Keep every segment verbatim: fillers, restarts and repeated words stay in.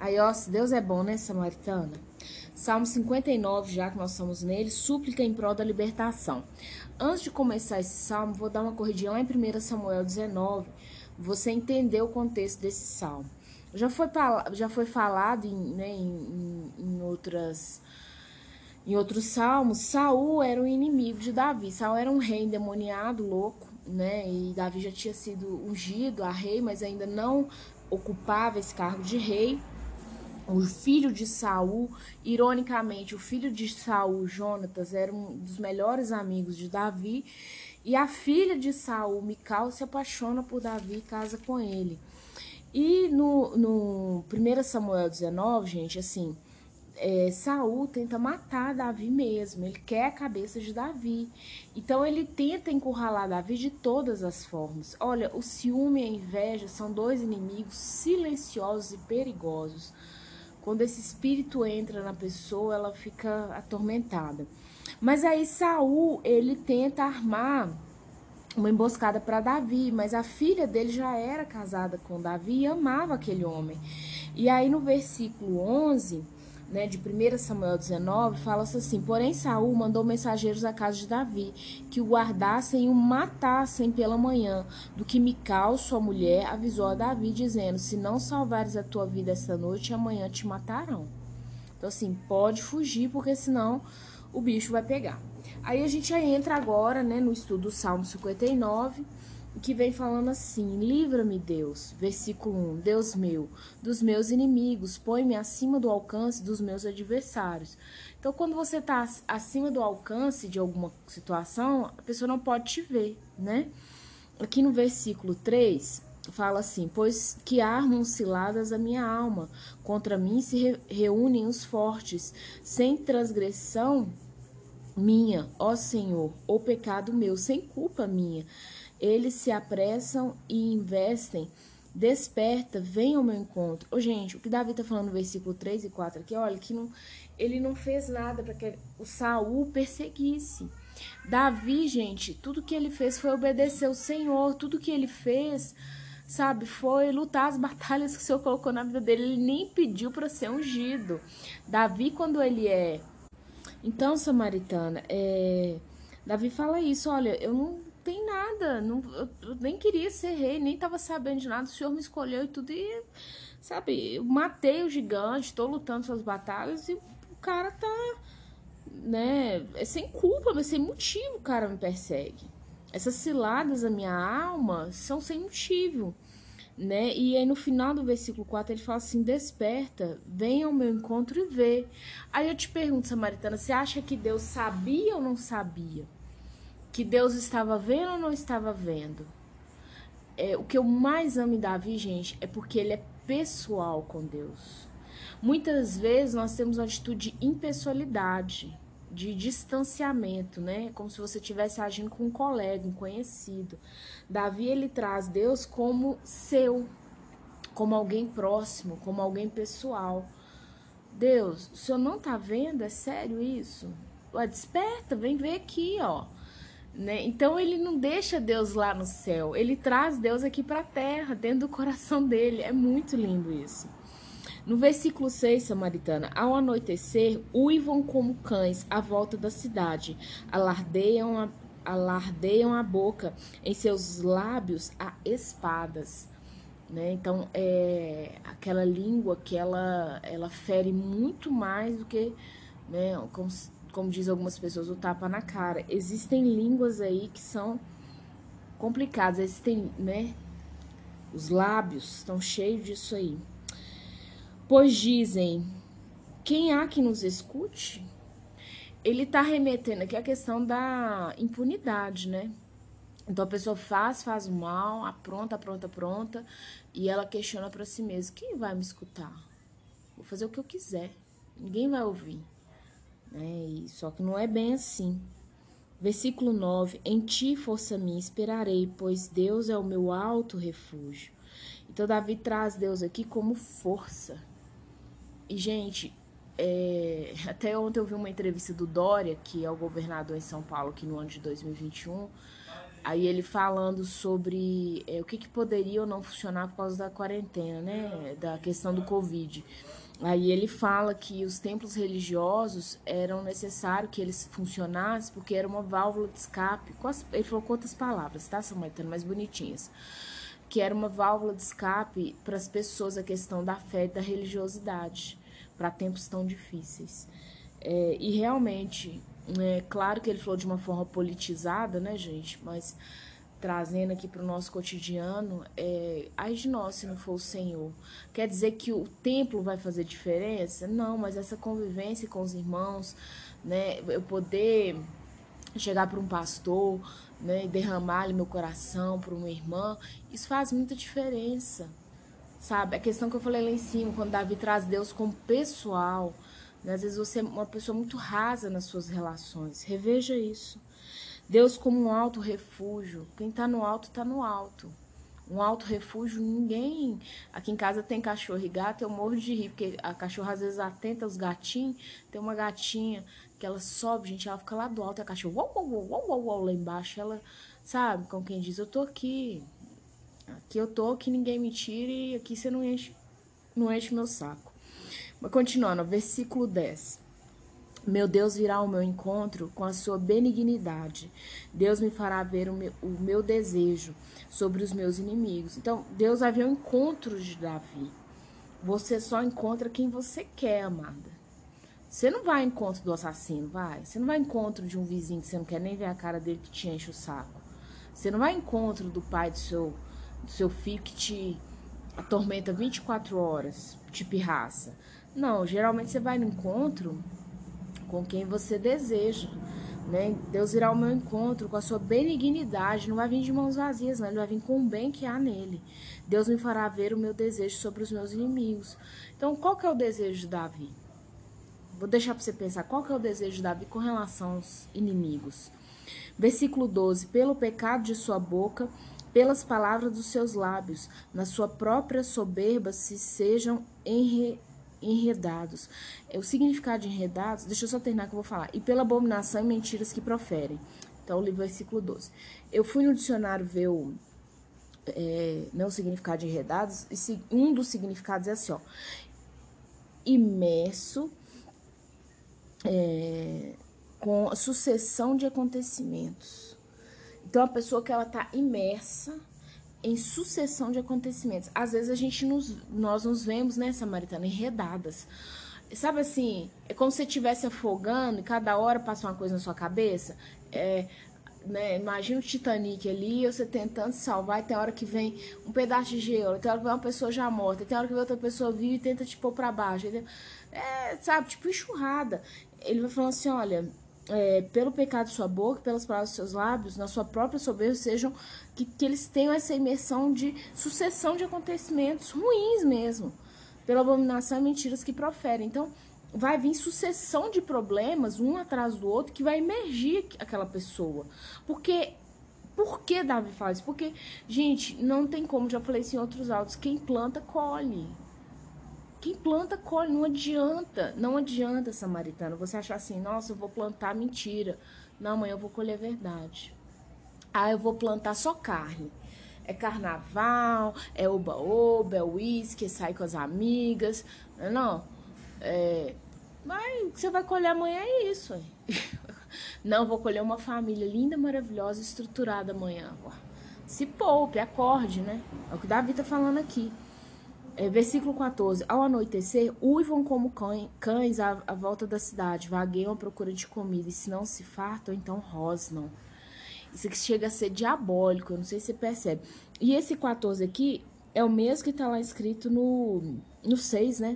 Aí, ó, se Deus é bom, né, Samaritana? Salmo cinquenta e nove, já que nós estamos nele, súplica em prol da libertação. Antes de começar esse salmo, vou dar uma corridinha lá em primeiro Samuel dezenove, você entender o contexto desse salmo. Já foi, já foi falado em, né, em, em, outras, em outros salmos, Saul era um inimigo de Davi. Saul era um rei endemoniado, louco, né? E Davi já tinha sido ungido a rei, mas ainda não ocupava esse cargo de rei. O filho de Saul, ironicamente, o filho de Saul, Jonatas, era um dos melhores amigos de Davi. E a filha de Saul, Mical, se apaixona por Davi e casa com ele. E no, no primeiro Samuel dezenove, gente, assim, é, Saul tenta matar Davi mesmo. Ele quer a cabeça de Davi. Então ele tenta encurralar Davi de todas as formas. Olha, o ciúme e a inveja são dois inimigos silenciosos e perigosos. Quando esse espírito entra na pessoa, ela fica atormentada. Mas aí Saul, ele tenta armar uma emboscada para Davi, mas a filha dele já era casada com Davi e amava aquele homem. E aí no versículo onze, né, de primeiro Samuel dezenove, fala assim: porém Saul mandou mensageiros à casa de Davi, que o guardassem e o matassem pela manhã, do que Mical, sua mulher, avisou a Davi, dizendo: se não salvares a tua vida esta noite, amanhã te matarão. Então assim, pode fugir, porque senão o bicho vai pegar. Aí a gente já entra agora, né, no estudo do Salmo cinquenta e nove, que vem falando assim: livra-me, Deus, versículo um, Deus meu, dos meus inimigos, põe-me acima do alcance dos meus adversários. Então, quando você está acima do alcance de alguma situação, a pessoa não pode te ver, né? Aqui no versículo três, fala assim: pois que armam ciladas a minha alma, contra mim se re reúnem os fortes, sem transgressão minha, ó Senhor, ou pecado meu, sem culpa minha. Eles se apressam e investem. Desperta, vem ao meu encontro. Ô, gente, o que Davi tá falando no versículo três e quatro aqui, olha, que não, ele não fez nada para que o Saul perseguisse. Davi, gente, tudo que ele fez foi obedecer o Senhor, tudo que ele fez, sabe, foi lutar as batalhas que o Senhor colocou na vida dele. Ele nem pediu para ser ungido. Davi, quando ele é Então, Samaritana, é, Davi fala isso: olha, eu não tenho nada, não, eu nem queria ser rei, nem estava sabendo de nada, o Senhor me escolheu e tudo, e, sabe, eu matei o gigante, estou lutando suas batalhas, e o cara tá, né, é sem culpa, mas sem motivo o cara me persegue. Essas ciladas da minha alma são sem motivo. Né? E aí no final do versículo quatro ele fala assim: desperta, venha ao meu encontro e vê. Aí eu te pergunto, Samaritana, você acha que Deus sabia ou não sabia? Que Deus estava vendo ou não estava vendo? É, o que eu mais amo em Davi, gente, é porque ele é pessoal com Deus. Muitas vezes nós temos uma atitude de impessoalidade, de distanciamento, né? Como se você estivesse agindo com um colega, um conhecido. Davi, ele traz Deus como seu, como alguém próximo, como alguém pessoal. Deus, o senhor não tá vendo? É sério isso? Ué, desperta, vem ver aqui, ó. Né? Então ele não deixa Deus lá no céu, ele traz Deus aqui para a terra, dentro do coração dele. É muito lindo isso. No versículo seis, Samaritana, ao anoitecer, uivam como cães à volta da cidade, alardeiam a, alardeiam a boca, em seus lábios há espadas. Né? Então, é aquela língua que ela, ela fere muito mais do que, né, como, como diz algumas pessoas, o tapa na cara. Existem línguas aí que são complicadas, existem, né, os lábios estão cheios disso aí. Pois dizem: quem há que nos escute? Ele tá remetendo aqui a questão da impunidade, né? Então a pessoa faz, faz o mal, apronta, apronta, apronta, e ela questiona para si mesma: quem vai me escutar? Vou fazer o que eu quiser, ninguém vai ouvir. Né? E só que não é bem assim. Versículo nove: em ti, força minha, esperarei, pois Deus é o meu alto refúgio. Então Davi traz Deus aqui como força. E, gente, é, até ontem eu vi uma entrevista do Dória, que é o governador em São Paulo, aqui no ano de dois mil e vinte e um, Aí ele falando sobre é, o que, que poderia ou não funcionar por causa da quarentena, né? Da questão do Covid. Aí ele fala que os templos religiosos eram necessários que eles funcionassem porque era uma válvula de escape. Ele falou com outras palavras, tá, Samaritano? Mais bonitinhas. Que era uma válvula de escape para as pessoas a questão da fé e da religiosidade, para tempos tão difíceis. É, e realmente, é claro que ele falou de uma forma politizada, né, gente? Mas trazendo aqui para o nosso cotidiano, é, ai de nós se não for o Senhor. Quer dizer que o templo vai fazer diferença? Não, mas essa convivência com os irmãos, né? Eu poder chegar para um pastor, né, e derramar ali meu coração para uma irmã, isso faz muita diferença, sabe? A questão que eu falei lá em cima, quando Davi traz Deus como pessoal, né, às vezes você é uma pessoa muito rasa nas suas relações, reveja isso. Deus como um alto refúgio, quem tá no alto, tá no alto. Um alto refúgio, ninguém... Aqui em casa tem cachorro e gato, eu morro de rir, porque a cachorra às vezes atenta os gatinhos, tem uma gatinha que ela sobe, gente, ela fica lá do alto, e a cachorra uau, uau, uau, uau, uau, uau, lá embaixo, ela, sabe, como quem diz, eu tô aqui, aqui eu tô, que ninguém me tire, e aqui você não enche, não enche meu saco. Mas continuando, versículo dez. Meu Deus virá ao meu encontro com a sua benignidade. Deus me fará ver o meu, o meu desejo sobre os meus inimigos. Então, Deus vai ver o encontro de Davi. Você só encontra quem você quer, amada. Você não vai ao encontro do assassino, vai. Você não vai ao encontro de um vizinho que você não quer nem ver a cara dele, que te enche o saco. Você não vai ao encontro do pai do seu, do seu filho que te atormenta vinte e quatro horas, te pirraça. Não, geralmente você vai no encontro com quem você deseja, né? Deus irá ao meu encontro com a sua benignidade, não vai vir de mãos vazias, não, ele vai vir com o bem que há nele. Deus me fará ver o meu desejo sobre os meus inimigos. Então, qual que é o desejo de Davi? Vou deixar para você pensar, qual que é o desejo de Davi com relação aos inimigos? Versículo doze, pelo pecado de sua boca, pelas palavras dos seus lábios, na sua própria soberba se sejam enre enredados. O significado de enredados, deixa eu só terminar que eu vou falar. E pela abominação e mentiras que proferem. Então, o livro versículo doze. Eu fui no dicionário ver o, é, não, o significado de enredados, e um dos significados é assim, ó. Imerso é, com a sucessão de acontecimentos. Então, a pessoa que ela tá imersa em sucessão de acontecimentos. Às vezes a gente nos, nós nos vemos, né, Samaritana, enredadas. Sabe assim, é como se você estivesse afogando e cada hora passa uma coisa na sua cabeça. É, né, imagina o Titanic ali, você tentando se salvar, e tem hora que vem um pedaço de gelo, tem hora que vem uma pessoa já morta, tem hora que vem outra pessoa viva e tenta te pôr pra baixo. É, sabe, tipo enxurrada. Ele vai falando assim, olha... É, pelo pecado de sua boca, pelas palavras dos seus lábios, na sua própria soberba, sejam que, que eles tenham essa imersão de sucessão de acontecimentos ruins mesmo, pela abominação e mentiras que proferem. Então, vai vir sucessão de problemas, um atrás do outro, que vai emergir aquela pessoa. Porque, por que Davi faz isso? Porque, gente, não tem como, já falei isso em outros áudios, quem planta, colhe. Quem planta, colhe, não adianta, não adianta, Samaritano, você achar assim, nossa, eu vou plantar mentira. Não, amanhã eu vou colher verdade. Ah, eu vou plantar só carne. É carnaval, é oba-oba, é uísque, é sair com as amigas, não é não? É, mas o que você vai colher amanhã é isso. Aí. Não, vou colher uma família linda, maravilhosa, estruturada amanhã. Se poupe, acorde, né? É o que o Davi tá falando aqui. É, versículo quatorze. Ao anoitecer, uivam como cães à, à volta da cidade, vagueiam à procura de comida, e se não se fartam, então rosnam. Isso aqui chega a ser diabólico, eu não sei se você percebe. E esse quatorze aqui é o mesmo que está lá escrito no, no seis, né?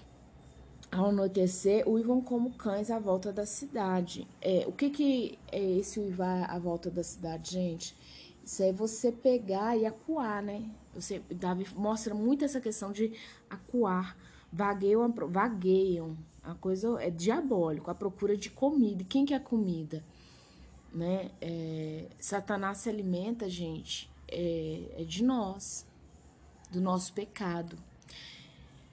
Ao anoitecer, uivam como cães à volta da cidade. É, o que, que é esse uivar à volta da cidade, gente? Isso é você pegar e acuar, né? Você, Davi mostra muito essa questão de acuar. Vagueiam, vagueiam. A coisa é diabólico, a procura de comida. E quem que é a comida? Né? É, Satanás se alimenta, gente, é, é de nós, do nosso pecado.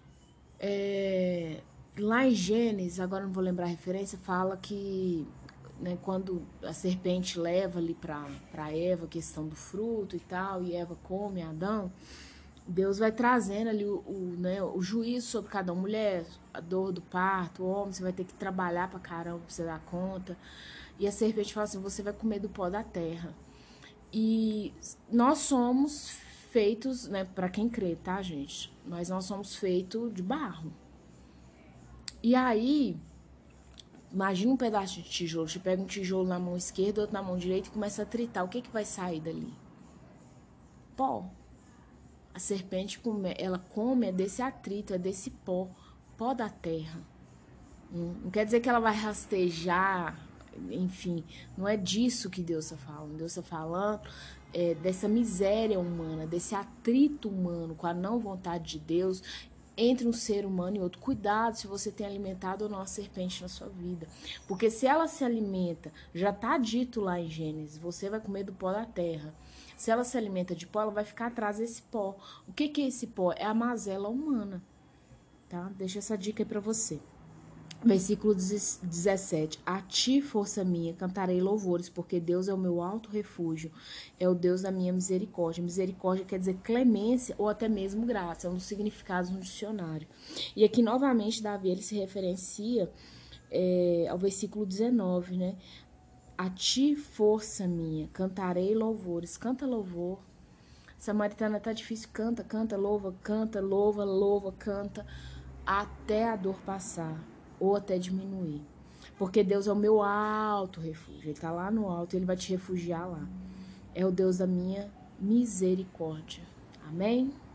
É, lá em Gênesis, agora não vou lembrar a referência, fala que né, quando a serpente leva ali para Eva a questão do fruto e tal, e Eva come Adão, Deus vai trazendo ali o, o, né, o juízo sobre cada uma. Mulher, a dor do parto, o homem, você vai ter que trabalhar pra caramba pra você dar conta. E a serpente fala assim, você vai comer do pó da terra. E nós somos feitos, né, pra quem crê, tá, gente? Mas nós somos feitos de barro. E aí, imagina um pedaço de tijolo. Você pega um tijolo na mão esquerda, outro na mão direita e começa a tritar. O que que vai sair dali? Pó. A serpente, come, ela come é desse atrito, é desse pó, pó da terra. Não quer dizer que ela vai rastejar, enfim, não é disso que Deus está falando. Deus está falando é, dessa miséria humana, desse atrito humano com a não vontade de Deus entre um ser humano e outro. Cuidado se você tem alimentado ou não a serpente na sua vida. Porque se ela se alimenta, já está dito lá em Gênesis, você vai comer do pó da terra. Se ela se alimenta de pó, ela vai ficar atrás desse pó. O que que é esse pó? É a mazela humana, tá? Deixa essa dica aí pra você. Versículo dezessete. A ti, força minha, cantarei louvores, porque Deus é o meu alto refúgio, é o Deus da minha misericórdia. Misericórdia quer dizer clemência ou até mesmo graça, é um dos significados no dicionário. E aqui, novamente, Davi, ele se referencia é, ao versículo dezenove, né? A ti, força minha, cantarei louvores. Canta louvor. Samaritana, tá difícil, canta, canta, louva, canta, louva, louva, canta, até a dor passar, ou até diminuir. Porque Deus é o meu alto refúgio. Ele tá lá no alto, ele vai te refugiar lá. É o Deus da minha misericórdia. Amém?